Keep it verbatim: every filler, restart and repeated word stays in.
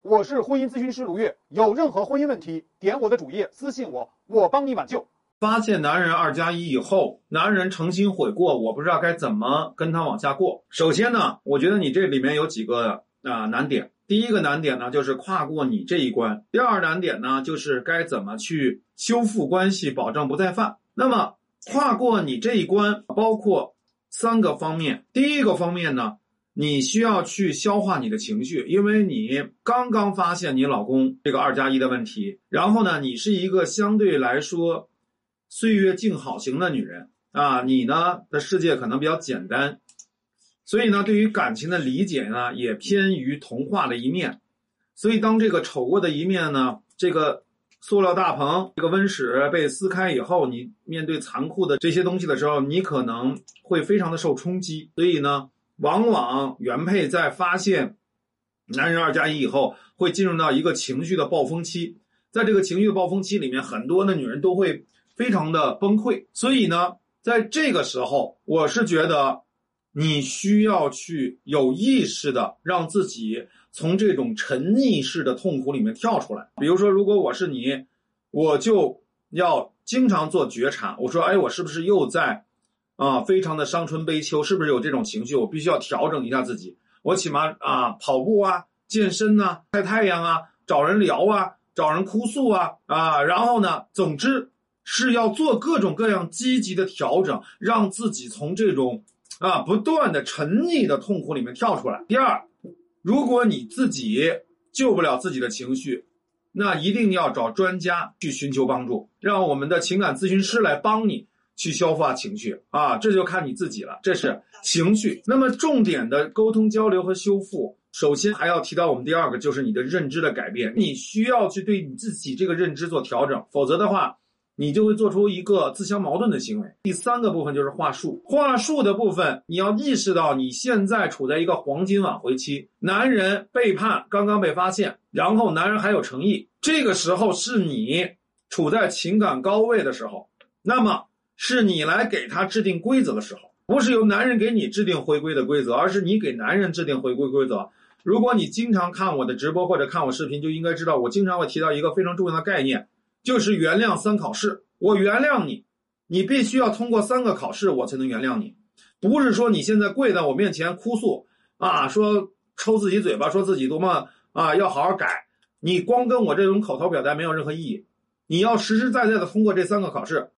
我是婚姻咨询师卢月，有任何婚姻问题，点我的主页私信我，我帮你挽救。 发现男人二加一以后，男人诚心悔过，我不知道该怎么跟他往下过。首先呢，我觉得你这里面有几个啊、呃、难点。第一个难点呢，就是跨过你这一关；第二难点呢，就是该怎么去修复关系，保证不再犯。那么跨过你这一关，包括三个方面。第一个方面呢，你需要去消化你的情绪，因为你刚刚发现你老公这个二加一的问题，然后呢，你是一个相对来说岁月静好型的女人啊，你呢的世界可能比较简单，所以呢，对于感情的理解呢，也偏于童话的一面。所以当这个丑恶的一面呢，这个塑料大棚这个温室被撕开以后，你面对残酷的这些东西的时候，你可能会非常的受冲击。所以呢，往往原配在发现男人二加一以后，会进入到一个情绪的暴风期。在这个情绪的暴风期里面，很多的女人都会非常的崩溃。所以呢，在这个时候，我是觉得你需要去有意识的让自己从这种沉溺式的痛苦里面跳出来。比如说，如果我是你，我就要经常做觉察。我说，哎，我是不是又在啊，非常的伤春悲秋，是不是有这种情绪？我必须要调整一下自己。我起码啊，跑步啊，健身啊，晒太阳啊，找人聊啊，找人哭诉啊啊，然后呢，总之是要做各种各样积极的调整，让自己从这种啊不断的沉溺的痛苦里面跳出来。第二，如果你自己救不了自己的情绪，那一定要找专家去寻求帮助，让我们的情感咨询师来帮你去消化情绪啊，这就看你自己了。这是情绪。那么重点的沟通交流和修复，首先还要提到我们第二个，就是你的认知的改变。你需要去对你自己这个认知做调整，否则的话你就会做出一个自相矛盾的行为。第三个部分就是话术。话术的部分，你要意识到你现在处在一个黄金挽回期，男人背叛刚刚被发现，然后男人还有诚意，这个时候是你处在情感高位的时候，那么是你来给他制定规则的时候，不是由男人给你制定回归的规则，而是你给男人制定回归规则。如果你经常看我的直播或者看我视频，就应该知道我经常会提到一个非常重要的概念，就是原谅三考试。我原谅你，你必须要通过三个考试我才能原谅你。不是说你现在跪在我面前哭诉啊，说抽自己嘴巴，说自己多么啊要好好改，你光跟我这种口头表达没有任何意义。你要实实在在的通过这三个考试，